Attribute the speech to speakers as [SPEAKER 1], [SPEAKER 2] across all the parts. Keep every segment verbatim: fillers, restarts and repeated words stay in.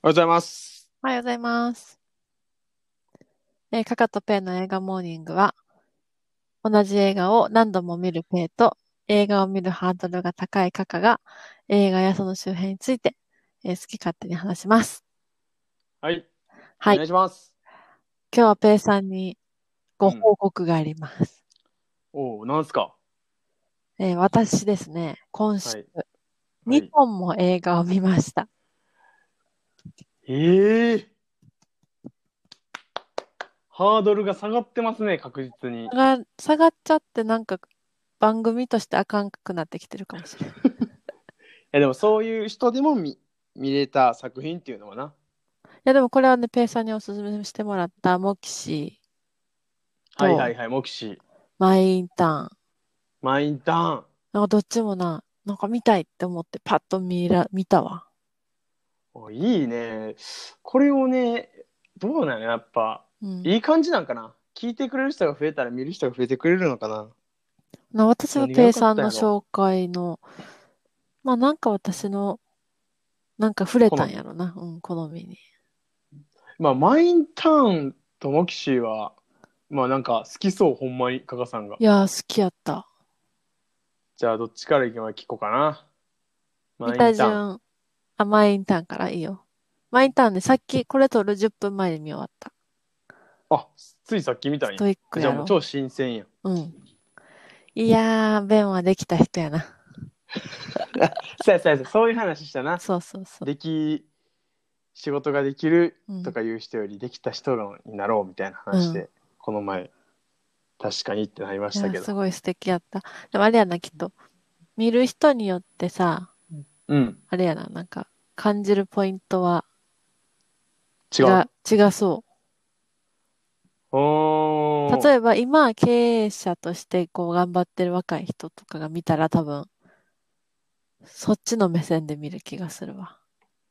[SPEAKER 1] おはようございます。
[SPEAKER 2] おはようございます。えーカカとペイの映画モーニングは、同じ映画を何度も見るペイと、映画を見るハードルが高いカカが、映画やその周辺について、えー好き勝手に話します。
[SPEAKER 1] はい。お
[SPEAKER 2] はい。
[SPEAKER 1] 願いします。
[SPEAKER 2] 今日はペイさんにご
[SPEAKER 1] うん。
[SPEAKER 2] 報告があります。
[SPEAKER 1] おお、なんすか？
[SPEAKER 2] えー私ですね、今週、
[SPEAKER 1] はい。は
[SPEAKER 2] に
[SPEAKER 1] い。
[SPEAKER 2] ほんも映画を見ました。
[SPEAKER 1] ええハードルが下がってますね、確実に。い
[SPEAKER 2] が下がっちゃってなんか番組としてあかんくなってきてるかもしれない。
[SPEAKER 1] や、でもそういう人でも見、見れた作品っていうのはな。
[SPEAKER 2] いやでもこれはね、ペイさんにおすすめしてもらったモキシと
[SPEAKER 1] はいはいはい、目視。
[SPEAKER 2] マイインターン。
[SPEAKER 1] マインターン。
[SPEAKER 2] なんかどっちもな、なんか見たいって思ってパッと見ら、見たわ。
[SPEAKER 1] お、いいね。これをね、どうなのやっぱ、
[SPEAKER 2] うん。
[SPEAKER 1] いい感じなんかな。聞いてくれる人が増えたら見る人が増えてくれるのかな。
[SPEAKER 2] な、私は
[SPEAKER 1] 何が良か
[SPEAKER 2] ペイさん
[SPEAKER 1] ったんやろ。
[SPEAKER 2] の紹介の、まあなんか私の、なんか触れたん
[SPEAKER 1] 好み。
[SPEAKER 2] やろな。うん、好みに。
[SPEAKER 1] まあ、マインターンとモキシーは、まあなんか好きそう、ほんまに、加賀さんが。
[SPEAKER 2] いやー、好きやった。
[SPEAKER 1] じゃあ、どっちから行きま聞こうかな。
[SPEAKER 2] 見
[SPEAKER 1] マインターン。
[SPEAKER 2] た順、あ、マイインターンからいいよ。マイインターンでさっき、これ撮るじゅっぷんまえに見終わった。
[SPEAKER 1] あ、ついさっき見たんや。
[SPEAKER 2] ストイックやろ。
[SPEAKER 1] じゃあもう超新鮮やん。
[SPEAKER 2] うん。いやー、ベンはできた人やな。
[SPEAKER 1] そうやそうやそうや、そういう話したな。
[SPEAKER 2] そうそうそう。
[SPEAKER 1] でき、仕事ができる
[SPEAKER 2] うん。
[SPEAKER 1] とかいう人よりできた人になろうみたいな
[SPEAKER 2] うん。
[SPEAKER 1] 話で、この前、確かにってなりま
[SPEAKER 2] いや、
[SPEAKER 1] したけど。
[SPEAKER 2] すごい素敵やった。でもあれやな、きっと。見る人によってさ、
[SPEAKER 1] うん。
[SPEAKER 2] あれやな、なんか、感じるポイントは違
[SPEAKER 1] 違う。
[SPEAKER 2] う、違そう。
[SPEAKER 1] おー。
[SPEAKER 2] 例えば今経営者としてこう頑張ってる若い人とかが見たら多分そっちの目線で見る気がするわ。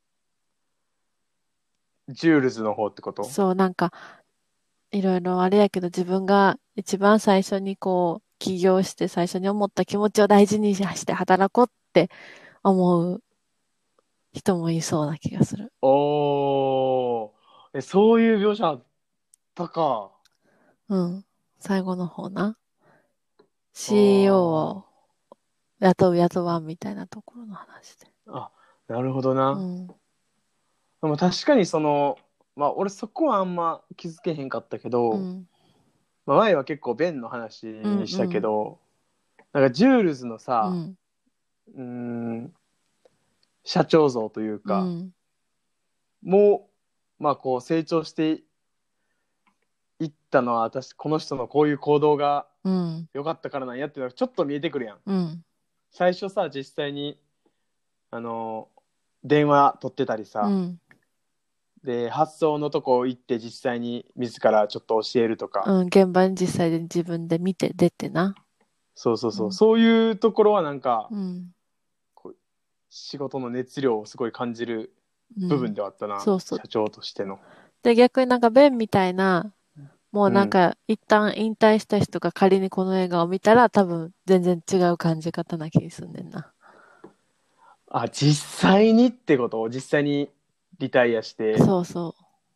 [SPEAKER 1] ジュールズの方ってこと？
[SPEAKER 2] そう、なんかいろいろあれやけど自分が一番最初にこう起業して最初に思った気持ちを大事にして働こうって思う人もいそうな気がする。
[SPEAKER 1] おー。え、そういう描写あったか。
[SPEAKER 2] うん。最後の方な。
[SPEAKER 1] あ
[SPEAKER 2] シーイーオー を
[SPEAKER 1] ー。
[SPEAKER 2] 雇う雇わんみたいなところの話で。
[SPEAKER 1] あ、なるほどな。
[SPEAKER 2] うん。
[SPEAKER 1] でも確かにその、まあ俺そこはあんま気づけへんかったけど、
[SPEAKER 2] うん。
[SPEAKER 1] まあ、前は結構ベンの話
[SPEAKER 2] うんう
[SPEAKER 1] にしたけ
[SPEAKER 2] ん。
[SPEAKER 1] ど、なんかジュールズのさ、
[SPEAKER 2] うん。
[SPEAKER 1] うーん、社長像というか、
[SPEAKER 2] うん。
[SPEAKER 1] もう、まあこう成長していったのは私、この人のこういう行動が
[SPEAKER 2] うん。
[SPEAKER 1] 良かったからなんやっていうのがちょっと見えてくるやん。
[SPEAKER 2] うん。
[SPEAKER 1] 最初さ、実際に、あの、電話取ってたりさ、
[SPEAKER 2] うん。
[SPEAKER 1] で、発送のとこ行って実際に自らちょっと教えるとか、
[SPEAKER 2] うん。現場に実際で自分で見て出てな。
[SPEAKER 1] そうそうそう、
[SPEAKER 2] うん。
[SPEAKER 1] そういうところはなんか、
[SPEAKER 2] うん。
[SPEAKER 1] こう仕事の熱量をすごい感じる部分
[SPEAKER 2] うん。
[SPEAKER 1] ではあったな、
[SPEAKER 2] そうそう。
[SPEAKER 1] 社長としての。
[SPEAKER 2] で、逆になんか、ベンみたいな、もう
[SPEAKER 1] うん。
[SPEAKER 2] なんか、一旦引退した人が仮にこの映画を見たら、多分、全然違う感じ方な気すんねんな。
[SPEAKER 1] あ、実際にってこと？実際にリタイアして。
[SPEAKER 2] そうそ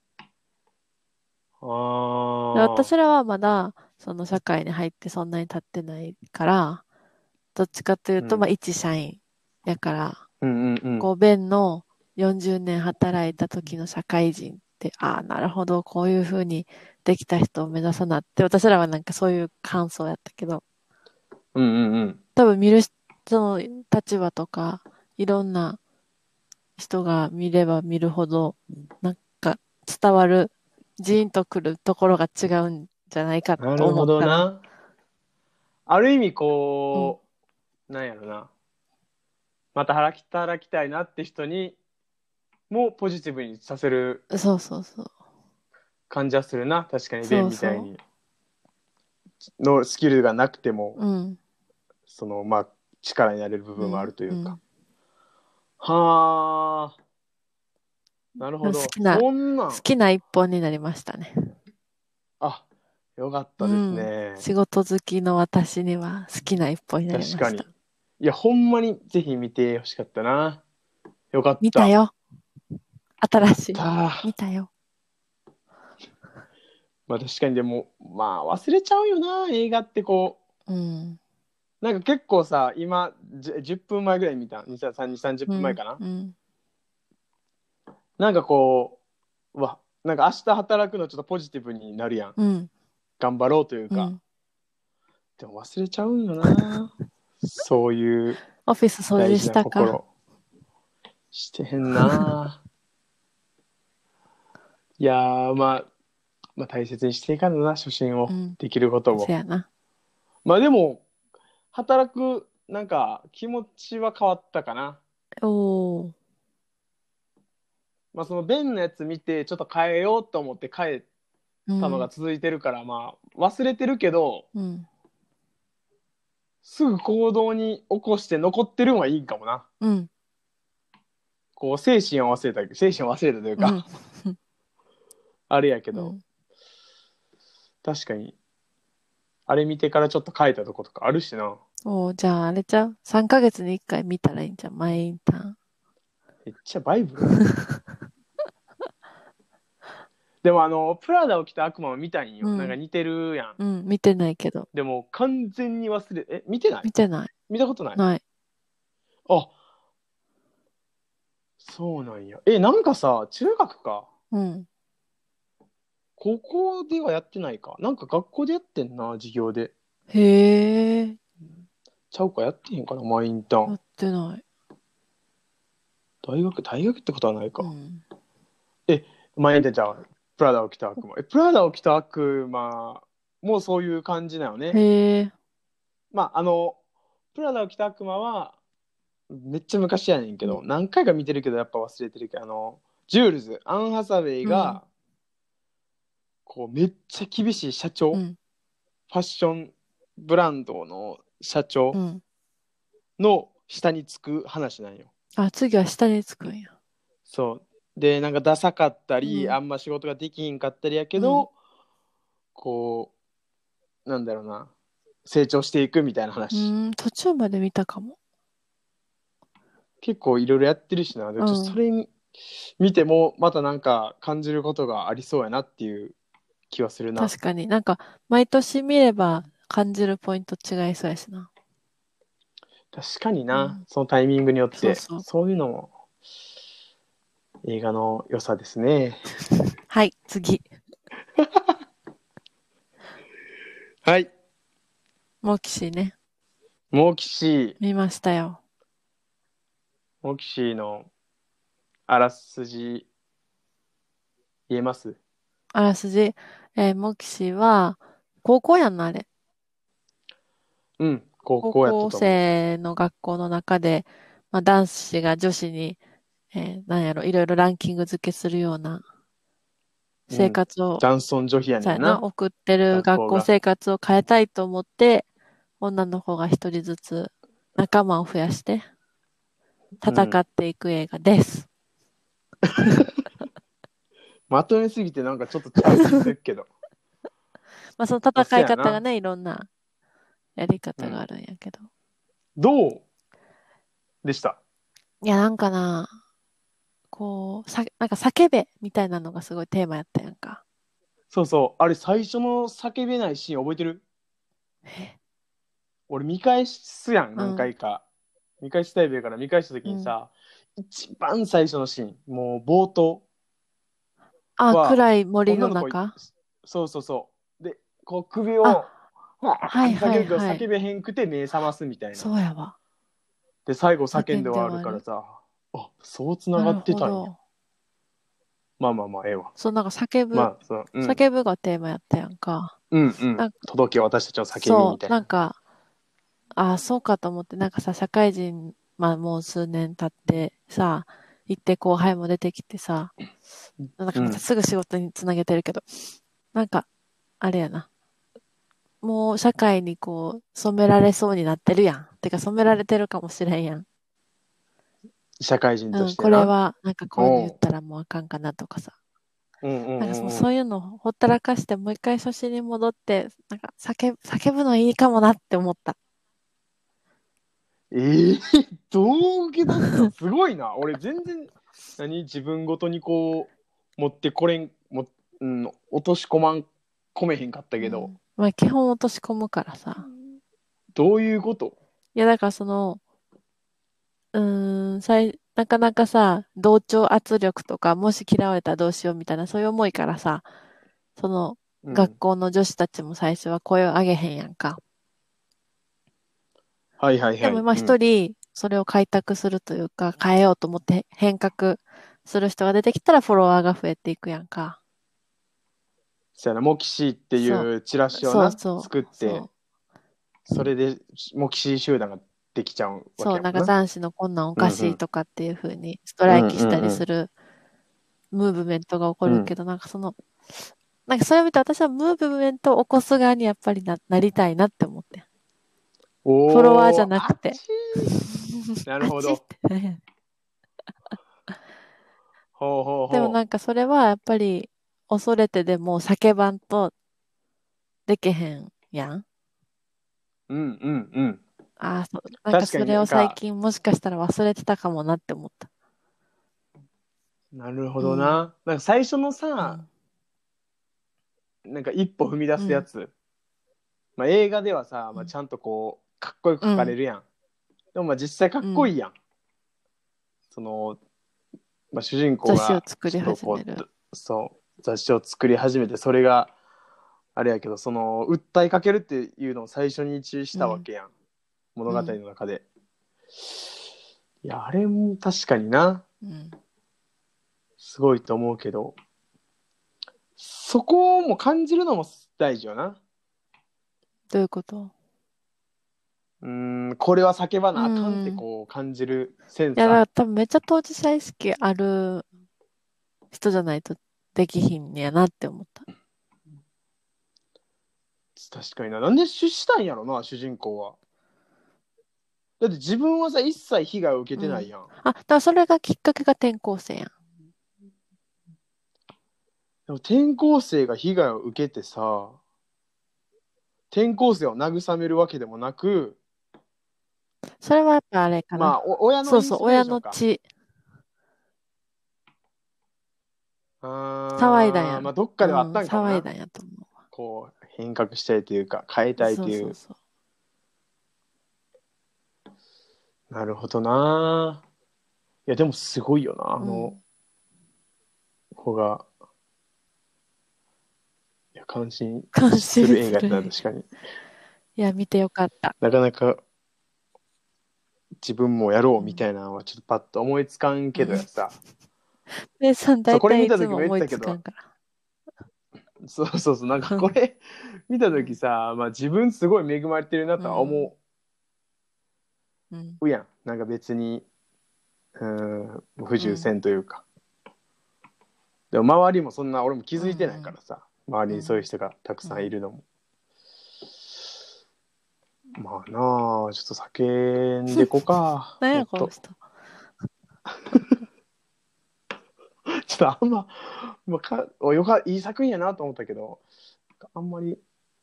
[SPEAKER 1] あ
[SPEAKER 2] う。で私
[SPEAKER 1] あ。
[SPEAKER 2] らはまだ、その社会に入ってそんなに経ってないから、どっちかというと、まあ、
[SPEAKER 1] うん。
[SPEAKER 2] 一社員。やから、
[SPEAKER 1] うんうんうん。
[SPEAKER 2] こう、ベンのよんじゅうねん働いた時の社会人って、ああ、なるほど、こういうふうにできた人を目指さなって、私らはなんかそういう感想やったけど、
[SPEAKER 1] うんうんうん。
[SPEAKER 2] 多分見る人の立場とか、いろんな人が見れば見るほど、なんか伝わる、ジーンとくるところが違うんじゃないかと
[SPEAKER 1] なるほ
[SPEAKER 2] 思ったな。
[SPEAKER 1] どな。ある意味
[SPEAKER 2] うん。
[SPEAKER 1] こう、なんやろな。また働き働きたいなって人にもポジティブにさせる
[SPEAKER 2] そうそうそう。
[SPEAKER 1] 感じはするな。確かにベ
[SPEAKER 2] そうそ
[SPEAKER 1] ンみたいにのスキルがなくても、
[SPEAKER 2] う。うん。
[SPEAKER 1] そのまあ力になれる部分はあ
[SPEAKER 2] うん。
[SPEAKER 1] るというか。
[SPEAKER 2] うん。
[SPEAKER 1] はあ、なるほど。
[SPEAKER 2] 好きな、
[SPEAKER 1] そんなん。
[SPEAKER 2] 好きな一本になりましたね。
[SPEAKER 1] あ、よかったです
[SPEAKER 2] うん。
[SPEAKER 1] ね。
[SPEAKER 2] 仕事好きの私には好きな一本になりました。
[SPEAKER 1] 確かに。いや、ほんまにぜひ見てほしかったな。よかった。
[SPEAKER 2] 見たよ。 新しい。
[SPEAKER 1] た
[SPEAKER 2] 見たよ。
[SPEAKER 1] まあ確かにでも、まあ忘れちゃうよな、映画ってこ
[SPEAKER 2] うん。
[SPEAKER 1] う。なんか結構さ、今、じゅじゅっぷんまえぐらいに見た。に、さん、さんじゅっぷんまえかな。
[SPEAKER 2] うん。
[SPEAKER 1] なんかこう、うわ、なんか明日働くのちょっとポジティブになるやん。
[SPEAKER 2] うん。
[SPEAKER 1] 頑張ろうというか。
[SPEAKER 2] うん。
[SPEAKER 1] でも忘れちゃうんよな。そういう
[SPEAKER 2] オフィス掃除
[SPEAKER 1] 大事な
[SPEAKER 2] したか？
[SPEAKER 1] 心。してへんな。いやー、まあ、まあ大切にしていかんのな、初心を。
[SPEAKER 2] うん。
[SPEAKER 1] できることを。
[SPEAKER 2] そやな。
[SPEAKER 1] まあでも、働く、なんか気持ちは変わったかな。
[SPEAKER 2] おー。
[SPEAKER 1] まあそのベンのやつ見て、ちょっと変えようと思って変えたのが
[SPEAKER 2] うん。
[SPEAKER 1] 続いてるから、まあ忘れてるけど、
[SPEAKER 2] うん。
[SPEAKER 1] すぐ行動に起こして残ってるんはいいかもな。
[SPEAKER 2] うん。
[SPEAKER 1] こう精神を忘れた、精神を忘れたという
[SPEAKER 2] うん。
[SPEAKER 1] か、あれやけど、
[SPEAKER 2] うん。
[SPEAKER 1] 確かに、あれ見てからちょっと変えたとことかあるしな。
[SPEAKER 2] おー、じゃああれちゃう？ さん ヶ月にいっかい見たらいいんじゃん。毎インターン。
[SPEAKER 1] めっちゃバイブルやん。でもあの、プラダを着た悪魔を見たんよ。
[SPEAKER 2] うん。
[SPEAKER 1] なんか似てるやん。
[SPEAKER 2] うん。見てないけど。
[SPEAKER 1] でも完全に忘れ、え、見てない？
[SPEAKER 2] 見てない。
[SPEAKER 1] 見たことない？
[SPEAKER 2] ない。
[SPEAKER 1] あ、そうなんや。え、なんかさ、中学か。
[SPEAKER 2] うん。
[SPEAKER 1] 高校ではやってないか。なんか学校でやってんな、授業で。
[SPEAKER 2] へえ。
[SPEAKER 1] ちゃうか、やってへんかな、マインターン。
[SPEAKER 2] やってない。
[SPEAKER 1] 大学、大学ってことはないか。
[SPEAKER 2] うん。
[SPEAKER 1] え、マインターンじゃあ、プラダを着た悪魔。え、プラダを着た悪魔もそういう感じなのね。
[SPEAKER 2] へえ。
[SPEAKER 1] まあ、あの、プラダを着た悪魔は、めっちゃ昔やねんけ
[SPEAKER 2] うん。
[SPEAKER 1] ど、何回か見てるけど、やっぱ忘れてるけど、あの、ジュールズ、アン・ハサウェイ
[SPEAKER 2] うん。
[SPEAKER 1] が、こう、めっちゃ厳しい社長、
[SPEAKER 2] うん。
[SPEAKER 1] ファッションブランドの社長
[SPEAKER 2] うん。
[SPEAKER 1] の下につく話なんよ。
[SPEAKER 2] あ、次は下につくんや。
[SPEAKER 1] そう。で、なんかダサかったり、
[SPEAKER 2] うん。
[SPEAKER 1] あんま仕事ができひんかったりやけ
[SPEAKER 2] うん。
[SPEAKER 1] ど、こう、なんだろうな、成長していくみたいな話。
[SPEAKER 2] うーん、途中まで見たかも。
[SPEAKER 1] 結構いろいろやってるしな。でちょっと
[SPEAKER 2] うん。
[SPEAKER 1] それ見ても、またなんか感じることがありそうやなっていう気はするな。
[SPEAKER 2] 確かになんか、毎年見れば感じるポイント違いそうやしな。
[SPEAKER 1] 確かにな、
[SPEAKER 2] うん。
[SPEAKER 1] そのタイミングによって、
[SPEAKER 2] そうそう。
[SPEAKER 1] そういうのも映画の良さですね。
[SPEAKER 2] はい、次。
[SPEAKER 1] はい。
[SPEAKER 2] モキシね。
[SPEAKER 1] モーキシー、
[SPEAKER 2] 見ましたよ。
[SPEAKER 1] モーキシーのあらすじ言えます？
[SPEAKER 2] あらすじ。えーモキシは、高校やんな、あれ。
[SPEAKER 1] うん、高
[SPEAKER 2] 高
[SPEAKER 1] 校やった
[SPEAKER 2] 校
[SPEAKER 1] と思
[SPEAKER 2] 生の学校の中で、まあ、男子が女子に、えーなんやろ、いろいろランキング付けするような
[SPEAKER 1] う。うん。
[SPEAKER 2] 生活を、
[SPEAKER 1] ジャンソン女子や
[SPEAKER 2] そうやな、
[SPEAKER 1] ねんな、
[SPEAKER 2] 送ってる学校
[SPEAKER 1] 学校が。
[SPEAKER 2] 生活を変えたいと思って、女の子が一人ずつ仲間を増やして戦
[SPEAKER 1] うん。
[SPEAKER 2] っていく映画です。
[SPEAKER 1] まとめすぎてなんかちょっとちゃう気するけど。
[SPEAKER 2] まあその
[SPEAKER 1] まあ、
[SPEAKER 2] 戦
[SPEAKER 1] そやな。
[SPEAKER 2] い方がね、いろんなやり
[SPEAKER 1] うん。
[SPEAKER 2] 方があるんやけど。
[SPEAKER 1] どうでした？
[SPEAKER 2] いや、なんかな、こう、さ、なんか叫べみたいなのがすごいテーマやったやんか。
[SPEAKER 1] そうそう。あれ、最初の叫べないシーン覚えてる？
[SPEAKER 2] え、
[SPEAKER 1] 俺、見返すやん、何
[SPEAKER 2] うん、
[SPEAKER 1] 回か。見返したいべから見返した時
[SPEAKER 2] うん。
[SPEAKER 1] にさ、一番最初のシーン、もう冒頭
[SPEAKER 2] あ、
[SPEAKER 1] は、
[SPEAKER 2] 暗い森
[SPEAKER 1] 女の子、
[SPEAKER 2] の中。
[SPEAKER 1] そうそうそう。で、こう首
[SPEAKER 2] あ、
[SPEAKER 1] を、わーって叫
[SPEAKER 2] はいはい
[SPEAKER 1] ぶけど、
[SPEAKER 2] はい。
[SPEAKER 1] 叫べへんくて目覚ますみたいな。
[SPEAKER 2] そうやわ。
[SPEAKER 1] で、最後叫
[SPEAKER 2] 叫ん
[SPEAKER 1] んで終わる
[SPEAKER 2] で終わる。
[SPEAKER 1] からさ、あ、そう繋が
[SPEAKER 2] なる
[SPEAKER 1] ってたんや。
[SPEAKER 2] ほど。
[SPEAKER 1] まあまあまあ、ええわ。
[SPEAKER 2] そう、なんか叫ぶ、
[SPEAKER 1] まあ、そう、うん。
[SPEAKER 2] 叫ぶがテーマやったやんか。
[SPEAKER 1] うんうん。
[SPEAKER 2] なんか、
[SPEAKER 1] 届け私たちの叫びみ
[SPEAKER 2] そう、
[SPEAKER 1] たいな。
[SPEAKER 2] なんか、あ、そうかと思って、なんかさ、社会人、まあもう数年経ってさ、行って後輩も出てきてさ、なんかまた
[SPEAKER 1] うん。
[SPEAKER 2] すぐ仕事につなげてるけど、なんか、あれやな。もう社会にこう、染められそうになってるやん。てか染められてるかもしれんやん。
[SPEAKER 1] 社会人と
[SPEAKER 2] うん、
[SPEAKER 1] してな。
[SPEAKER 2] これは、なんかこういうの言っ
[SPEAKER 1] おう。
[SPEAKER 2] たらもうあかんかなとかさ。
[SPEAKER 1] うんうん
[SPEAKER 2] なんかもう
[SPEAKER 1] うんうん。
[SPEAKER 2] そういうのをほったらかしてもう一回初心に戻って、なんか叫ぶ、叫ぶのいいかもなって思った。
[SPEAKER 1] えー、どう受け取ったすごいな。俺全然、何自分ごとにこう、持ってこれん、も、うん、落とし込まん、込めへんかったけど、
[SPEAKER 2] うん。まあ基本落とし込むからさ。
[SPEAKER 1] どういうこと？
[SPEAKER 2] いやだからその、うーん、さい、なかなかさ、同調圧力とか、もし嫌われたらどうしようみたいな、そういう思いからさ、その、
[SPEAKER 1] うん。
[SPEAKER 2] 学校の女子たちも最初は声を上げへんやんか。
[SPEAKER 1] はいはいはい。
[SPEAKER 2] でもまあ
[SPEAKER 1] うん。
[SPEAKER 2] 一人、それを開拓するというか、変えようと思って変革する人が出てきたらフォロワーが増えていくやんか。
[SPEAKER 1] そうやな、モキシーって
[SPEAKER 2] そ
[SPEAKER 1] いうチラ
[SPEAKER 2] う、
[SPEAKER 1] シをな、
[SPEAKER 2] そうそ
[SPEAKER 1] 作っ
[SPEAKER 2] う、そ
[SPEAKER 1] て、
[SPEAKER 2] う。
[SPEAKER 1] それでモキシー集団ができちゃうわ
[SPEAKER 2] そう、なんか
[SPEAKER 1] けやもんな。
[SPEAKER 2] 男子のこんなんおかしい
[SPEAKER 1] うんうん。
[SPEAKER 2] とかっていう風にスト
[SPEAKER 1] うん
[SPEAKER 2] ライキしたり
[SPEAKER 1] うん
[SPEAKER 2] するムーブメントが起こ
[SPEAKER 1] うん。うん。
[SPEAKER 2] るけど、なんかその、なんかそれを見て私はムーブメントを起こす側にやっぱりな、なりたいなって思って。フォロワーじゃ
[SPEAKER 1] おー、あっ
[SPEAKER 2] なくて。
[SPEAKER 1] ちー。な
[SPEAKER 2] あっちっ
[SPEAKER 1] るほど。
[SPEAKER 2] てね。
[SPEAKER 1] ほうほうほ
[SPEAKER 2] でもなんかそれはやっぱり恐れてでも叫ばんとできへんやん。
[SPEAKER 1] う。うんうんうん。
[SPEAKER 2] ああ、そう。なんか
[SPEAKER 1] 確かに
[SPEAKER 2] それを最
[SPEAKER 1] なんか、
[SPEAKER 2] 近もしかしたら忘れてたかもなって思った。
[SPEAKER 1] なるほ
[SPEAKER 2] うん。
[SPEAKER 1] どな。なんか最初のさ、
[SPEAKER 2] うん。
[SPEAKER 1] なんか一歩踏み出
[SPEAKER 2] うん。
[SPEAKER 1] すやつ。まあ、映画ではさ、まあ、
[SPEAKER 2] うん。
[SPEAKER 1] ちゃんとこう、かっこよく
[SPEAKER 2] うん。
[SPEAKER 1] 描かれるやん。でもまあ実際かっ
[SPEAKER 2] うん。
[SPEAKER 1] こいいやん。その、まあ、主人公
[SPEAKER 2] 雑誌を
[SPEAKER 1] が
[SPEAKER 2] 作り
[SPEAKER 1] ちょっとこ
[SPEAKER 2] 始める。
[SPEAKER 1] う、そう、雑誌を作り始めて、それがあれやけど、その、訴えかけるっていうのを最初に一致したわ
[SPEAKER 2] うん。
[SPEAKER 1] けやん。物語
[SPEAKER 2] うん。
[SPEAKER 1] の中で。いや、あれも確かにな、
[SPEAKER 2] うん。
[SPEAKER 1] すごいと思うけど、そこも感じるのも大事よな。
[SPEAKER 2] どういうこと？
[SPEAKER 1] うーん、これは叫ば
[SPEAKER 2] う
[SPEAKER 1] なあかんって
[SPEAKER 2] ん。
[SPEAKER 1] こう感じるセン
[SPEAKER 2] いや、だか
[SPEAKER 1] サ
[SPEAKER 2] ら多分めっちゃ当事者意識ある人じゃないとできひんねやなって思った。
[SPEAKER 1] ー。確かにな。なんで出したんやろな、主人公は。だって自分はさ、一切被害を受け
[SPEAKER 2] うん。
[SPEAKER 1] てないやん。
[SPEAKER 2] あ、だからそれがきっかけが転校生やん。
[SPEAKER 1] でも転校生が被害を受けてさ、転校生を慰めるわけでもなく、
[SPEAKER 2] それはやっぱあれかな。
[SPEAKER 1] まあ、お親の
[SPEAKER 2] そうそう、
[SPEAKER 1] インスピレー
[SPEAKER 2] 親
[SPEAKER 1] ションか。
[SPEAKER 2] の血、騒いだん
[SPEAKER 1] あー、まあ、
[SPEAKER 2] やろ。
[SPEAKER 1] どっかではあっ
[SPEAKER 2] うん、
[SPEAKER 1] たんかもな。
[SPEAKER 2] 騒いだんやと思
[SPEAKER 1] こう、変革したいというか、変えた
[SPEAKER 2] う。
[SPEAKER 1] いという。
[SPEAKER 2] そうそうそう。
[SPEAKER 1] なるほどな。いや、でもすごいよな、あの
[SPEAKER 2] うん。
[SPEAKER 1] 子が。いや、感心
[SPEAKER 2] 感
[SPEAKER 1] する
[SPEAKER 2] 心
[SPEAKER 1] 映画やったな、
[SPEAKER 2] する映画。
[SPEAKER 1] 確かに。
[SPEAKER 2] いや、見てよかった。
[SPEAKER 1] なかなか自分もやろうみ
[SPEAKER 2] うん。
[SPEAKER 1] たいなのはちょっとパッと思いつかんけど
[SPEAKER 2] うん。
[SPEAKER 1] やさ。
[SPEAKER 2] でさん、
[SPEAKER 1] そう、
[SPEAKER 2] 大
[SPEAKER 1] これ
[SPEAKER 2] 体いつも
[SPEAKER 1] 見た時も言っ
[SPEAKER 2] 思いつか
[SPEAKER 1] たけど、
[SPEAKER 2] んか
[SPEAKER 1] そうそうそう、なんかこ
[SPEAKER 2] ら。
[SPEAKER 1] れ見た
[SPEAKER 2] うん。
[SPEAKER 1] 時さ、まあ自分すごい恵まれてるなとは
[SPEAKER 2] うん。
[SPEAKER 1] 思
[SPEAKER 2] うん。
[SPEAKER 1] うやん。なんか別に、うーん、不自由せ
[SPEAKER 2] うん。
[SPEAKER 1] んというか。でも周りもそんな俺も気
[SPEAKER 2] う
[SPEAKER 1] づいてないか
[SPEAKER 2] ん。
[SPEAKER 1] らさ、周りにそういう
[SPEAKER 2] うん。
[SPEAKER 1] 人がたく
[SPEAKER 2] うん。
[SPEAKER 1] さんいるのも。まあなあ、ちょっと叫んでこか、
[SPEAKER 2] なんや、
[SPEAKER 1] もっと。
[SPEAKER 2] この人。
[SPEAKER 1] ちょっとあんま、まあ、かおよかいい作品やなと思ったけど、あんまり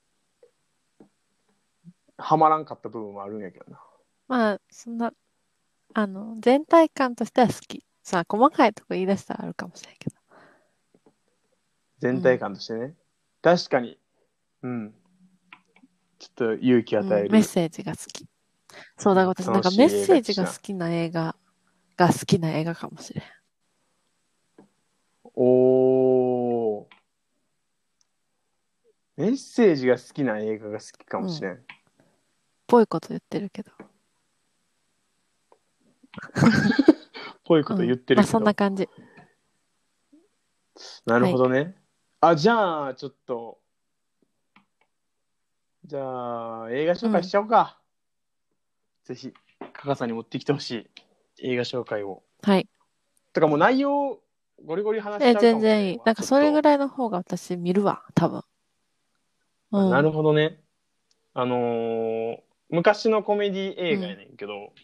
[SPEAKER 1] ハマらんかった部分はあるんやけどな。
[SPEAKER 2] まあ、そんな、あの、全体感としては好き。さあ、細かいとこ言い出したらあるかもしれんけど。う
[SPEAKER 1] 全体
[SPEAKER 2] ん。
[SPEAKER 1] 感としてね。確かに、うん。ちょっと勇気
[SPEAKER 2] うん。
[SPEAKER 1] 与える、
[SPEAKER 2] メッセージが好き。そうだ、
[SPEAKER 1] うん、
[SPEAKER 2] 私なん
[SPEAKER 1] 楽しい
[SPEAKER 2] かメッセー
[SPEAKER 1] 映画やしな。
[SPEAKER 2] ジが好きな映画が好きな映画かもしれん。
[SPEAKER 1] おー、メッセージが好きな映画が好きか
[SPEAKER 2] うん。
[SPEAKER 1] もしれん。
[SPEAKER 2] ぽいこと言ってるけど。
[SPEAKER 1] ぽいこと言っ
[SPEAKER 2] うん。まあ、そんな
[SPEAKER 1] てるけど。
[SPEAKER 2] 感じ。
[SPEAKER 1] なる
[SPEAKER 2] はい。
[SPEAKER 1] ほどね。あ、じゃあ、ちょっと、じゃあ、映画紹介し
[SPEAKER 2] うん。
[SPEAKER 1] ちゃおうか。ぜひ、カカさんに持ってきてほしい映画紹介を。
[SPEAKER 2] はい。
[SPEAKER 1] とかもう内容、ゴリゴリ話し
[SPEAKER 2] え、
[SPEAKER 1] ちゃうか
[SPEAKER 2] 全然いい。
[SPEAKER 1] もしれんわ。
[SPEAKER 2] なんか
[SPEAKER 1] ちょっと。
[SPEAKER 2] それぐらいの方が私見るわ、多分。う
[SPEAKER 1] あ、な
[SPEAKER 2] ん。
[SPEAKER 1] るほどね。あのー昔のコメディ映画や
[SPEAKER 2] うん。
[SPEAKER 1] ねんけど、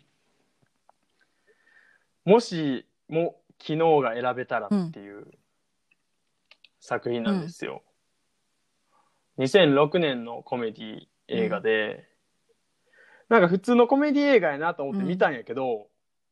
[SPEAKER 1] もしも昨日が選べたらっ
[SPEAKER 2] うん。
[SPEAKER 1] ていう作品なんで
[SPEAKER 2] うん。
[SPEAKER 1] すよ。にせんろくねんのコメディ映画
[SPEAKER 2] うん。
[SPEAKER 1] で、 なんか普通のコメディ映画やなと思って
[SPEAKER 2] うん
[SPEAKER 1] 見たんやけど、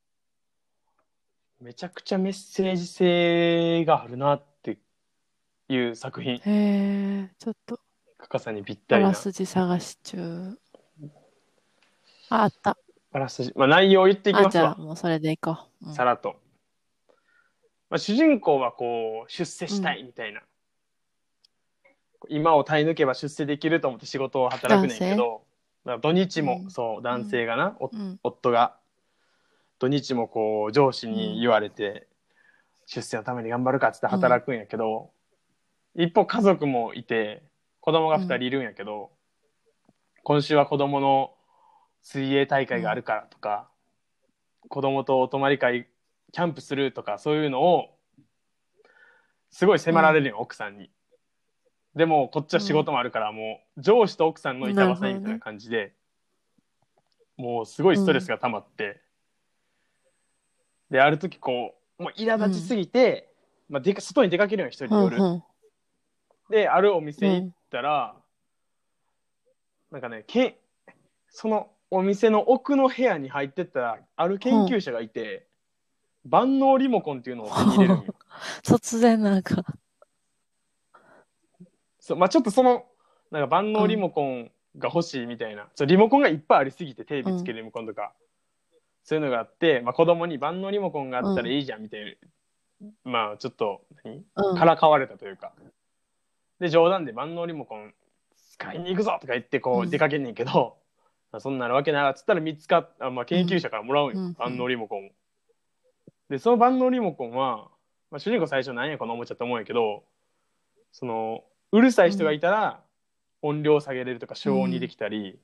[SPEAKER 1] めちゃくちゃメッセージ性があるなっていう作品。
[SPEAKER 2] へえ、ちょっと、
[SPEAKER 1] カカさんにぴっ
[SPEAKER 2] あら
[SPEAKER 1] たりな。
[SPEAKER 2] すじ探し中。あ、あった。
[SPEAKER 1] あらすじ、まあ、内容を言っていき
[SPEAKER 2] あ、じゃあ、
[SPEAKER 1] ますわ。
[SPEAKER 2] もうそれでいこう。うん。
[SPEAKER 1] さらっと。まあ、主人公はこう、出世した
[SPEAKER 2] うん。
[SPEAKER 1] いみたいな。今を耐え抜けば出世できると思って仕事を働くねんけ
[SPEAKER 2] 男性。
[SPEAKER 1] ど、だから土日も、
[SPEAKER 2] うん。
[SPEAKER 1] そう、男
[SPEAKER 2] うん。
[SPEAKER 1] 性がな、お
[SPEAKER 2] うん。
[SPEAKER 1] 夫が、土日もこう、上司
[SPEAKER 2] うん。
[SPEAKER 1] に言われて、出世のために頑張るかっつって
[SPEAKER 2] うん。
[SPEAKER 1] 働くんやけど、一方家族もいて、子供が
[SPEAKER 2] うん。
[SPEAKER 1] 二人いるんやけど、今週は子供の水泳大
[SPEAKER 2] うん。
[SPEAKER 1] 会があるからとか、子供とお泊まり会、キャンプするとか、そういうのを、すごい迫られるよ、奥さんに。でも、こっちは仕事もあるから、もう、上司と奥さんの
[SPEAKER 2] うん。な
[SPEAKER 1] 板挟みみたいな
[SPEAKER 2] るほどね。
[SPEAKER 1] 感じで、もう、すごいストレス
[SPEAKER 2] うん。
[SPEAKER 1] が溜まって、で、ある時こう、もう、苛
[SPEAKER 2] うん。
[SPEAKER 1] 立ちすぎて、まあ、でか外に出かけるよ、一人で夜。
[SPEAKER 2] ほんほん。
[SPEAKER 1] で、あるお店行っ
[SPEAKER 2] うん。
[SPEAKER 1] たら、なんかね、けそのお店の奥の部屋に入ってったら、ある研
[SPEAKER 2] ほん。
[SPEAKER 1] 究者がいて、万能リモコンっていうのを手に入れるんよ。
[SPEAKER 2] ほん。突然なんか、
[SPEAKER 1] そう、まあ、ちょっとその、なんか万能リ
[SPEAKER 2] うん。
[SPEAKER 1] モコンが欲しいみたいな、そうリモコンがいっぱいありすぎて、テレ
[SPEAKER 2] うん。
[SPEAKER 1] ビつけるリモコンとか、そういうのがあって、まあ、子供に万能リモコンがあ
[SPEAKER 2] うん。
[SPEAKER 1] ったらいいじゃんみたいな、まあ、ちょっと、何
[SPEAKER 2] うん。
[SPEAKER 1] からかわれたというか。で、冗談で万能リモコン使いに行くぞとか言って、こう、出
[SPEAKER 2] うん。
[SPEAKER 1] かけんねんけど、まあそんなわけなっつったら見つかっあ、まあ、
[SPEAKER 2] うん。
[SPEAKER 1] 研究者からもらうんよ、
[SPEAKER 2] うん。う
[SPEAKER 1] 万能
[SPEAKER 2] ん。
[SPEAKER 1] リモコンを。で、その万能リモコンは、まあ、主人公最初なんやこのおもちゃって思うんやけど、その、うるさい人が
[SPEAKER 2] うん。
[SPEAKER 1] いたら、音量下げれるとか
[SPEAKER 2] う
[SPEAKER 1] 消音にで
[SPEAKER 2] ん。
[SPEAKER 1] きたり、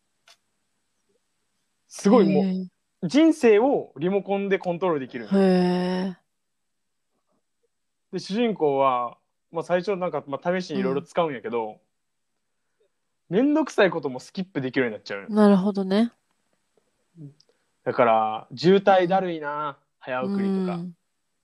[SPEAKER 1] す
[SPEAKER 2] へ
[SPEAKER 1] ごいも
[SPEAKER 2] え。
[SPEAKER 1] う、人生をリモコンでコントロールできるん
[SPEAKER 2] へ
[SPEAKER 1] よ。
[SPEAKER 2] え。
[SPEAKER 1] で、主人公は、まあ、最初なんか、まあ、試しにいろいろ
[SPEAKER 2] うん。
[SPEAKER 1] 使うんやけど、めんどくさいこともスキップできるようになっちゃうよ。
[SPEAKER 2] なるほどね。
[SPEAKER 1] だから、渋滞だ
[SPEAKER 2] うん。
[SPEAKER 1] るいな、早
[SPEAKER 2] う
[SPEAKER 1] 送りとか。
[SPEAKER 2] ん。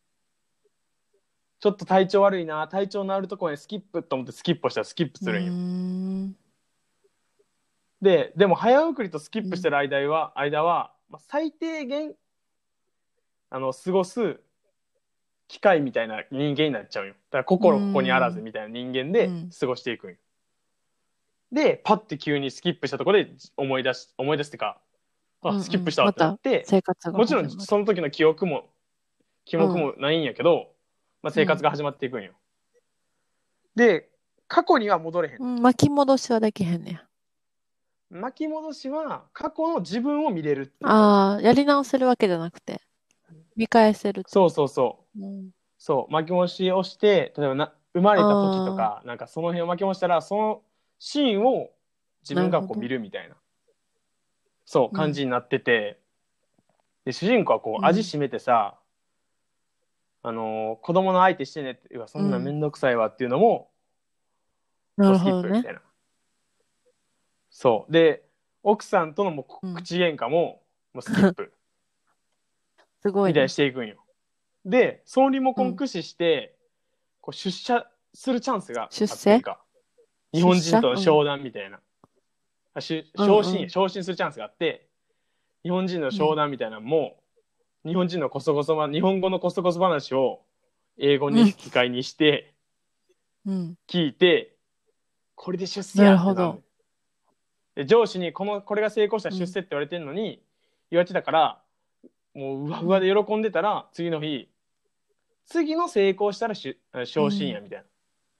[SPEAKER 1] ちょっと体調悪いな、体調治るとこにスキップと思ってスキップしたらスキップ
[SPEAKER 2] う
[SPEAKER 1] するんよ。
[SPEAKER 2] ん。
[SPEAKER 1] で、でも早送りとスキッ
[SPEAKER 2] うん。
[SPEAKER 1] プしてる間は、間は、まあ、最低限、あの、過ごす機械みたいな人間になっちゃうよ。だから
[SPEAKER 2] う
[SPEAKER 1] 心ここにあらず
[SPEAKER 2] ん。
[SPEAKER 1] みたいな人間で
[SPEAKER 2] うん。
[SPEAKER 1] 過ごしていくんよ。で、パッて急にスキップしたところで思い出し、思い出すってか、あ、スキップ
[SPEAKER 2] うん。
[SPEAKER 1] したってなっ
[SPEAKER 2] また
[SPEAKER 1] て、
[SPEAKER 2] 生活が
[SPEAKER 1] もちろん
[SPEAKER 2] 始まる。
[SPEAKER 1] その時の記憶も、記憶
[SPEAKER 2] うん。
[SPEAKER 1] もないんやけど、まあ、
[SPEAKER 2] うん。
[SPEAKER 1] 生活が始まっていくんよ。で、過去には戻れへんね
[SPEAKER 2] うん。巻き戻しはできへんねや。
[SPEAKER 1] ん。巻き戻しは過去の自分を見れるっていう感じ。
[SPEAKER 2] ああ、やり直せるわけじゃなくて、見返せるって
[SPEAKER 1] そう
[SPEAKER 2] こと。
[SPEAKER 1] そうそう。
[SPEAKER 2] うん。
[SPEAKER 1] そう、巻き戻しをして、例えばな生まれた時と
[SPEAKER 2] ああ、
[SPEAKER 1] か、なんかその辺を巻き戻したら、そのシーンを自分がこう見
[SPEAKER 2] なるほど。
[SPEAKER 1] るみたいな、そう、
[SPEAKER 2] うん。
[SPEAKER 1] 感じになってて、で、主人公はこう味
[SPEAKER 2] うん。
[SPEAKER 1] しめてさ、あのー子供の相手してねって、うわ、そんなんめ
[SPEAKER 2] うん。
[SPEAKER 1] んどくさいわっていうのも、
[SPEAKER 2] な
[SPEAKER 1] もうスキッ
[SPEAKER 2] るほどね。
[SPEAKER 1] プみたいな。そう。で、奥さんとのもう
[SPEAKER 2] うん。
[SPEAKER 1] 口喧嘩も、もうスキップみたいに
[SPEAKER 2] すごいね。
[SPEAKER 1] していくんよ。で、そのリモ
[SPEAKER 2] うん。
[SPEAKER 1] コン駆使して、こう出社するチャンスが
[SPEAKER 2] 出世
[SPEAKER 1] あってんか。日
[SPEAKER 2] 出
[SPEAKER 1] 本人
[SPEAKER 2] 社うん。
[SPEAKER 1] との商談みたいな。あし
[SPEAKER 2] うん
[SPEAKER 1] 昇進や、
[SPEAKER 2] うん。
[SPEAKER 1] 昇進するチャンスがあって、日本人の
[SPEAKER 2] うん。
[SPEAKER 1] 商談みたいなのも、日本人のこそこそ、日本語のこそこそ話を英語
[SPEAKER 2] うん。
[SPEAKER 1] に吹き替えにして
[SPEAKER 2] うん。
[SPEAKER 1] 聞いて、これで出世
[SPEAKER 2] な
[SPEAKER 1] や
[SPEAKER 2] るほど。
[SPEAKER 1] ってなんねん。で、上司にこの、これが成功したら
[SPEAKER 2] うん。
[SPEAKER 1] 出世って言われてんのに、言われてたから、もううわうわ
[SPEAKER 2] うん。
[SPEAKER 1] で喜んでたら、次の日、次の成功したらし昇進
[SPEAKER 2] うん。
[SPEAKER 1] やみたいな。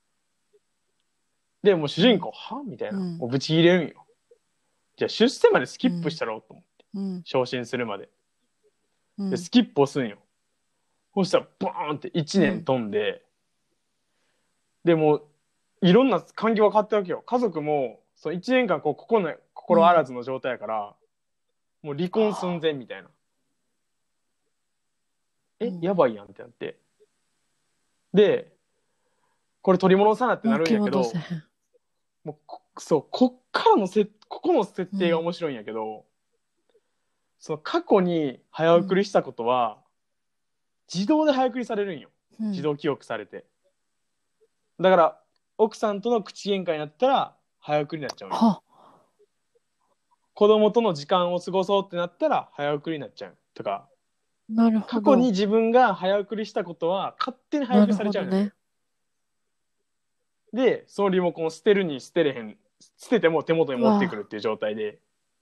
[SPEAKER 1] で、もう主
[SPEAKER 2] うん。
[SPEAKER 1] 人公、はみたいな。
[SPEAKER 2] うん。
[SPEAKER 1] もうブチ切れるんよ。じゃあ出世までスキップし
[SPEAKER 2] うん。
[SPEAKER 1] たろうと思って。
[SPEAKER 2] うん。
[SPEAKER 1] 昇進するまで。で、
[SPEAKER 2] うん。
[SPEAKER 1] スキップ押すんよ。そしたら、バーンって1年
[SPEAKER 2] うん。
[SPEAKER 1] 飛んで、でも、いろんな環境が変わってるわけよ。家族も、そういちねんかんこう、ここの心あらずの状態やから、もう離婚寸前みたいな。え、や
[SPEAKER 2] うん。
[SPEAKER 1] ばいやんってなって。で、これ取り戻さなってなるん
[SPEAKER 2] 巻き
[SPEAKER 1] やけど、
[SPEAKER 2] 戻せへん。
[SPEAKER 1] もうこ、そう、こっからのせ、ここの設
[SPEAKER 2] うん。
[SPEAKER 1] 定が面白いんやけど、その過去に早
[SPEAKER 2] うん。
[SPEAKER 1] 送りしたことは、自動で早送りされるんよ。
[SPEAKER 2] うん。
[SPEAKER 1] 自動記憶されて。だから、奥さんとの口喧嘩になったら、早送りになっちゃうんよ。
[SPEAKER 2] は、
[SPEAKER 1] 子供との時間を過ごそうってなったら早送りになっちゃうとか、
[SPEAKER 2] なるほ
[SPEAKER 1] 過去に
[SPEAKER 2] ど。
[SPEAKER 1] 自分が早送りしたことは勝手に早
[SPEAKER 2] な
[SPEAKER 1] 送りされ
[SPEAKER 2] るほど
[SPEAKER 1] ちゃうのよね。
[SPEAKER 2] ね。
[SPEAKER 1] で、そのリモコンを捨てるに捨てれへん、捨てても手元に持ってくるっていう状態で、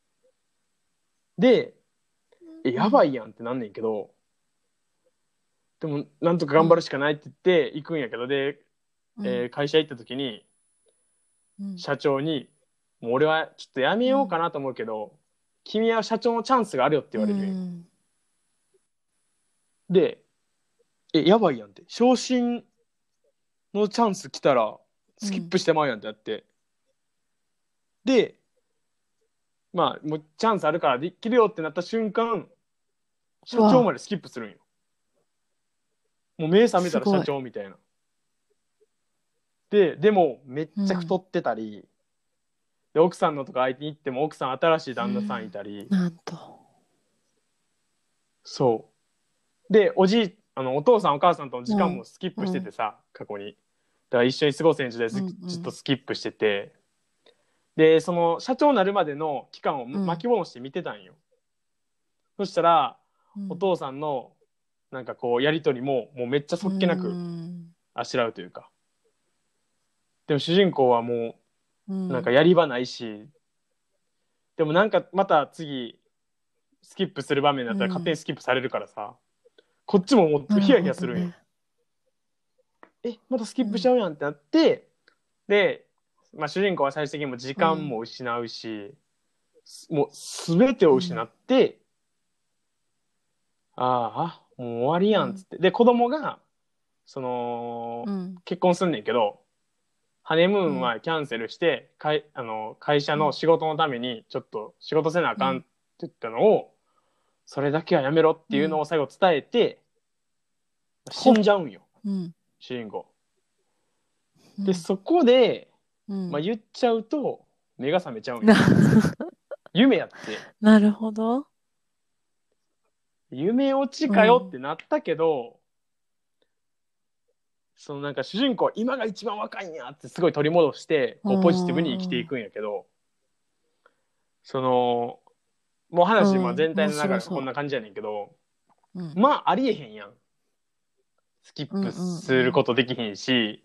[SPEAKER 1] で、え、やばいやんってなんねんけど、でもなんとか頑張るしかないって言って行くんやけど、で、
[SPEAKER 2] うん
[SPEAKER 1] えー会社行った時に
[SPEAKER 2] うん
[SPEAKER 1] 社長に、もう俺はちょっとやめようかなと思うけど、君は社長のチャンスがあるよって言われるんよ。
[SPEAKER 2] うん
[SPEAKER 1] で、え、やばいやんって。昇進のチャンス来たら、スキップしてまうやんってなって。で、まあ、もうチャンスあるからできるよってなった瞬間、社長までスキップするんよ。もう目覚めたら社長みたいな。で、でもめっちゃ太ってたり、うん、で奥さんのとか相手に行っても奥さん新しい旦那さんいたり、
[SPEAKER 2] うん、なんと。
[SPEAKER 1] そうで、おじいあのお父さんお母さんとの時間もスキップしててさ、うん、過去にだから一緒に過ごすんじでず、うんうん、ずっとスキップしてて、でその社長になるまでの期間を巻き戻して見てたんよ、うん、そしたら、うん、お父さんのなんかこうやり取りももうめっちゃそっけなくあしらうというか、でも主人公はもうなんかやり場ないし、うん、でもなんかまた次スキップする場面だったら勝手にスキップされるからさ、うん、こっちももうヒヤヒヤするんよ、ね、えまたスキップしちゃうやんってなって、うん、で、まあ、主人公は最終的にも時間も失うし、うん、もう全てを失って、うん、ああもう終わりやんっつって、うん、で子供がその、うん、結婚すんねんけどハネムーンはキャンセルして、うん、かいあの会社の仕事のためにちょっと仕事せなあかんって言ったのを、うん、それだけはやめろっていうのを最後伝えて、うん、死んじゃうんよ、うん、主人公、うん、でそこで、うんまあ、言っちゃうと目が覚めちゃうんよ夢やって
[SPEAKER 2] なるほど、
[SPEAKER 1] 夢落ちかよってなったけど、うんそのなんか主人公は今が一番若いんやってすごい取り戻してこうポジティブに生きていくんやけど、そのもう話、まあ、全体の流れこんな感じやねんけど、うん、まあありえへんやん、スキップすることできへんし、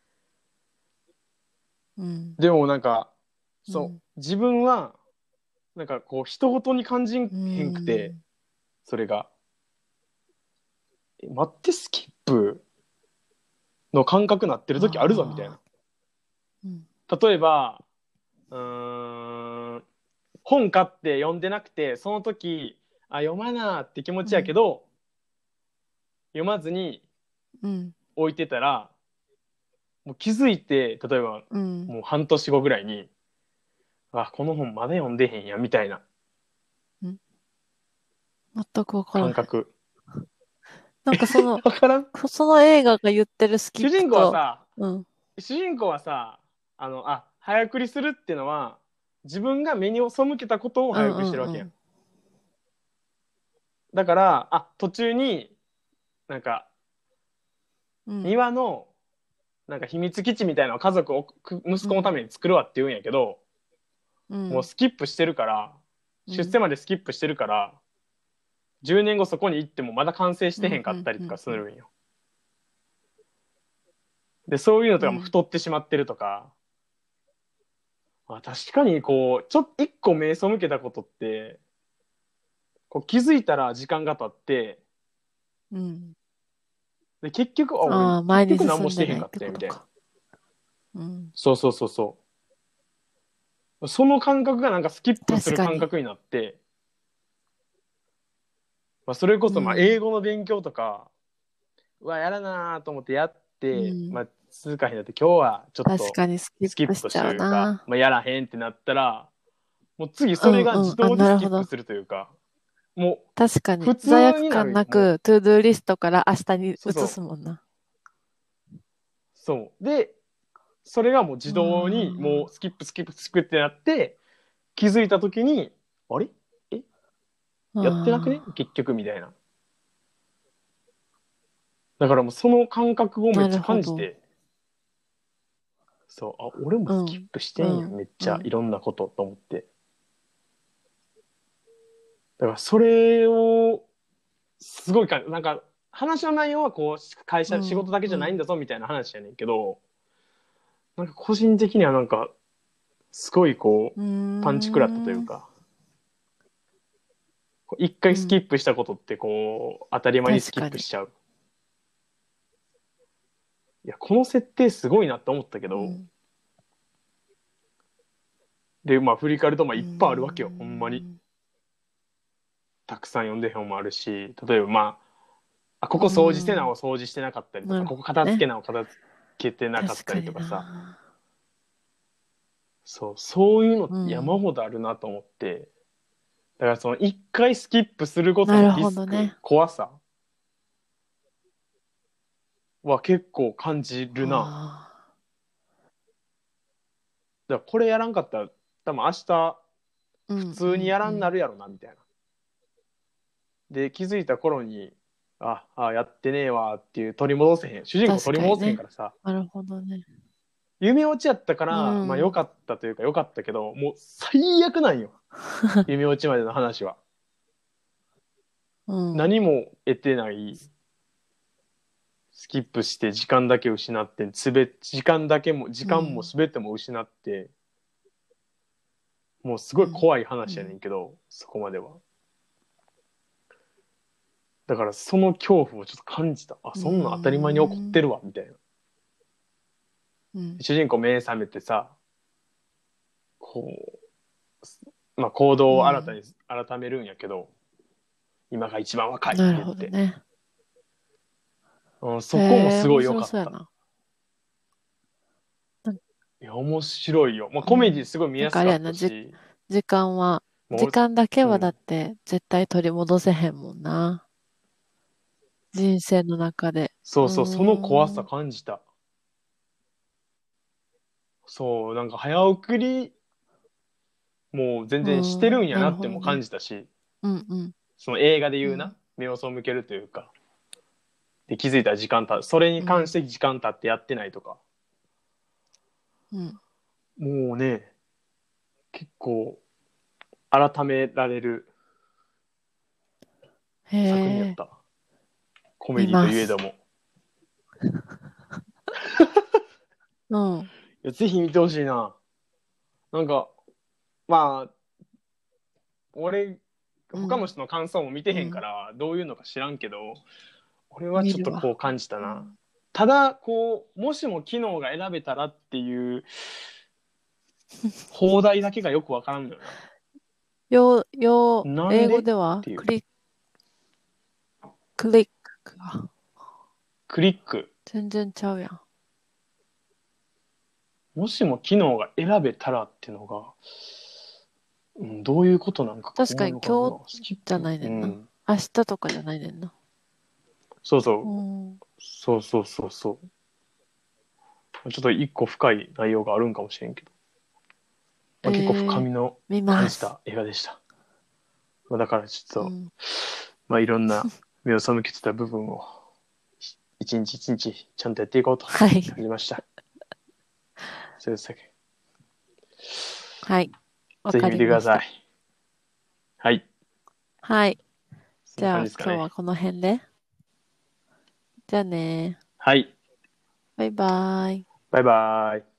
[SPEAKER 1] うん、でもなんかそう、うん、自分はなんかこう人ごとに感じへんくて、うん、それがえ待ってスキップの感覚なってる時あるぞみたいな、うん、例えばうーん本買って読んでなくてその時あ読まなって気持ちやけど、うん、読まずに置いてたら、もう気づいて例えば、うん、もう半年後ぐらいにあこの本まだ読んでへんやみたいな、
[SPEAKER 2] うん、全く分からない
[SPEAKER 1] 感覚
[SPEAKER 2] なんかその
[SPEAKER 1] 分からん
[SPEAKER 2] その映画が言ってるスキップと
[SPEAKER 1] 主人公はさ、
[SPEAKER 2] うん、
[SPEAKER 1] 主人公はさあのあ早送りするっていうのは自分が目に背けたことを早送りしてるわけやん、うんうんうん、だからあ途中になんか、うん、庭のなんか秘密基地みたいなのを家族を息子のために作るわって言うんやけど、うん、もうスキップしてるから、うん、出世までスキップしてるから、じゅうねんごそこに行ってもまだ完成してへんかったりとかするんよ。でそういうのとかも太ってしまってるとか、うん、あ確かにこうちょっと一個目背けたことってこう気づいたら時間が経って、うん、で結局あ俺結局何もしてへんかったみたいな、うん、そうそうそうそうその感覚がなんかスキップする感覚になって、まあ、それこそまあ英語の勉強とか、うん、うわやらなと思ってやって、うんまあ、続かへんだって今日はちょっとスキップしというか、まあ、やらへんってなったらもう次それが自動でスキップするというか、うんうん、もう
[SPEAKER 2] 確かに普通になる罪悪感なくトゥードゥーリストから明日に移すもんな。
[SPEAKER 1] そうでそれがもう自動にもうスキップスキップスキップってなって気づいた時にあれえやってなくね結局みたいな。だからもうその感覚をめっちゃ感じて、そうあ俺もスキップしてんや、うん、めっちゃいろんなことと思って、 だからそれをすごいかなんか話の内容はこう会社、
[SPEAKER 2] うん
[SPEAKER 1] 仕事だけじゃないんだぞみたいな話やねんけど、なんか個人的にはなんかすごいこう
[SPEAKER 2] うー
[SPEAKER 1] パンチ食らったという
[SPEAKER 2] ん。
[SPEAKER 1] か、こう一回スキップしたことってこう当たり前にスキ
[SPEAKER 2] 確かに。
[SPEAKER 1] ップしちゃう。いやこの設定すごいなって思ったけど、
[SPEAKER 2] うん。
[SPEAKER 1] でまあ振り返るとまあ
[SPEAKER 2] うー
[SPEAKER 1] いっぱいあるわけよ、ほんまに。
[SPEAKER 2] ん。
[SPEAKER 1] たくさん読んでへん本もあるし、例えばまあ、あこ
[SPEAKER 2] う
[SPEAKER 1] こ掃除せな
[SPEAKER 2] ん。
[SPEAKER 1] を掃除してなかったりとか、
[SPEAKER 2] なる
[SPEAKER 1] ここ
[SPEAKER 2] ほどね。
[SPEAKER 1] 片付けなを片付けてなかった
[SPEAKER 2] 確かに
[SPEAKER 1] りとかさ、
[SPEAKER 2] な。
[SPEAKER 1] そう、そういうのっ
[SPEAKER 2] う
[SPEAKER 1] て山
[SPEAKER 2] ん。
[SPEAKER 1] ほどあるなと思って、だからその一回スキップすること
[SPEAKER 2] なる
[SPEAKER 1] のリスク、
[SPEAKER 2] ほどね。
[SPEAKER 1] 怖さは結構感じるな。
[SPEAKER 2] ああ。
[SPEAKER 1] だからこれやらんかったら、多分明日普
[SPEAKER 2] うんう
[SPEAKER 1] 通にやらんな
[SPEAKER 2] んうん。
[SPEAKER 1] るやろな、みたいな。で、気づいた頃に、あ、あ、やってねえわっていう取り戻せへん。主人公
[SPEAKER 2] 確
[SPEAKER 1] 取り戻せへん
[SPEAKER 2] かにね。
[SPEAKER 1] からさ、
[SPEAKER 2] なるほどね。
[SPEAKER 1] 夢落ちやったか
[SPEAKER 2] う
[SPEAKER 1] ら、まあ良
[SPEAKER 2] ん。
[SPEAKER 1] かったというか良かったけど、もう最悪なんよ。夢落ちまでの話は。
[SPEAKER 2] うん。
[SPEAKER 1] 何も得てない、スキップして時間だけ失って、すべ、時間だけも、時間も
[SPEAKER 2] うん。
[SPEAKER 1] 全ても失って、もうすごい
[SPEAKER 2] うん。
[SPEAKER 1] 怖い話やね
[SPEAKER 2] うん。
[SPEAKER 1] んけど、そこまでは。だからその恐怖をちょっと感じた。あ、
[SPEAKER 2] うー
[SPEAKER 1] そんなん当たり前に起こって
[SPEAKER 2] ん。
[SPEAKER 1] るわ、みたいな。
[SPEAKER 2] うん。
[SPEAKER 1] 主人公目覚めてさ、こう、まあ行動を新たに、
[SPEAKER 2] うん。
[SPEAKER 1] 改めるんやけど、今が一番若いって
[SPEAKER 2] なる
[SPEAKER 1] 言って。
[SPEAKER 2] ほどね。
[SPEAKER 1] うん、そこも
[SPEAKER 2] へえ、
[SPEAKER 1] すごい良
[SPEAKER 2] 面白
[SPEAKER 1] かった。
[SPEAKER 2] そうやな。なん、
[SPEAKER 1] いや、面白いよ。まあコメディ
[SPEAKER 2] うん。
[SPEAKER 1] すごい見
[SPEAKER 2] なん
[SPEAKER 1] やすかっ
[SPEAKER 2] かあれやな、じ、
[SPEAKER 1] たし、
[SPEAKER 2] 時間は、
[SPEAKER 1] もう俺、
[SPEAKER 2] 時間だけはだ
[SPEAKER 1] うん。
[SPEAKER 2] って絶対取り戻せへんもんな。人生の中で。う
[SPEAKER 1] そうそう、その怖さ
[SPEAKER 2] ーん。
[SPEAKER 1] 感じた。そう、なんか早送りもう全
[SPEAKER 2] う
[SPEAKER 1] 然してる
[SPEAKER 2] ーん。なる
[SPEAKER 1] んやなっても
[SPEAKER 2] ほどね。
[SPEAKER 1] 感じたし、
[SPEAKER 2] うんうん。
[SPEAKER 1] その映画で言うな、
[SPEAKER 2] うん。
[SPEAKER 1] 目を背けるというか、で気づいたら時間た、それに
[SPEAKER 2] うん。
[SPEAKER 1] 関して時間経ってやってないとか、
[SPEAKER 2] うん。
[SPEAKER 1] もうね、結構改められる
[SPEAKER 2] へえ、
[SPEAKER 1] 作品やった。コメ
[SPEAKER 2] 見
[SPEAKER 1] ディと
[SPEAKER 2] ます。
[SPEAKER 1] いえども。
[SPEAKER 2] うん。
[SPEAKER 1] いやぜひ見てほしいな。なんか、まあ、俺、
[SPEAKER 2] うん。
[SPEAKER 1] 他の人の感想も見てへんか
[SPEAKER 2] うん。
[SPEAKER 1] ら、どういうのか知らんけど、俺はちょっ
[SPEAKER 2] 見るわ。
[SPEAKER 1] とこう感じたな。
[SPEAKER 2] うん。
[SPEAKER 1] ただ、こう、もしも機能が選べたらっていう放題だけがよくわからんのよ
[SPEAKER 2] よ、よ、
[SPEAKER 1] な。なんでっ
[SPEAKER 2] 英語では
[SPEAKER 1] ていう。
[SPEAKER 2] クリック、クリックか。
[SPEAKER 1] クリック。
[SPEAKER 2] 全然ちゃうやん。
[SPEAKER 1] もしも機能が選べたらっていうのが、うん、どういうことなんか
[SPEAKER 2] 確か
[SPEAKER 1] 思い浮かぶな。
[SPEAKER 2] に今日
[SPEAKER 1] スキッ
[SPEAKER 2] じゃ
[SPEAKER 1] プ。
[SPEAKER 2] ないねんな。
[SPEAKER 1] うん。
[SPEAKER 2] 明日とかじゃないねんな。
[SPEAKER 1] そうそ
[SPEAKER 2] う
[SPEAKER 1] う。
[SPEAKER 2] ん。
[SPEAKER 1] そうそうそうそう。ちょっと一個深い内容があるんかもしれんけど、まあ、結構深
[SPEAKER 2] ええ、
[SPEAKER 1] みの
[SPEAKER 2] 見ます。
[SPEAKER 1] 感じた映画でした。まあ、だからちょっと、
[SPEAKER 2] うん。
[SPEAKER 1] まあいろんな目を背けてた部分を一日一日ちゃんとやっていこうと
[SPEAKER 2] はい。
[SPEAKER 1] 感じました。それだけ。
[SPEAKER 2] はい。わか
[SPEAKER 1] ぜひ見
[SPEAKER 2] りました。
[SPEAKER 1] てください。はい。
[SPEAKER 2] はい。
[SPEAKER 1] そんな
[SPEAKER 2] じゃあ
[SPEAKER 1] 感じですかね。
[SPEAKER 2] 今日はこの辺で。じゃあね。
[SPEAKER 1] はい。
[SPEAKER 2] バイバーイ。
[SPEAKER 1] バイバイ。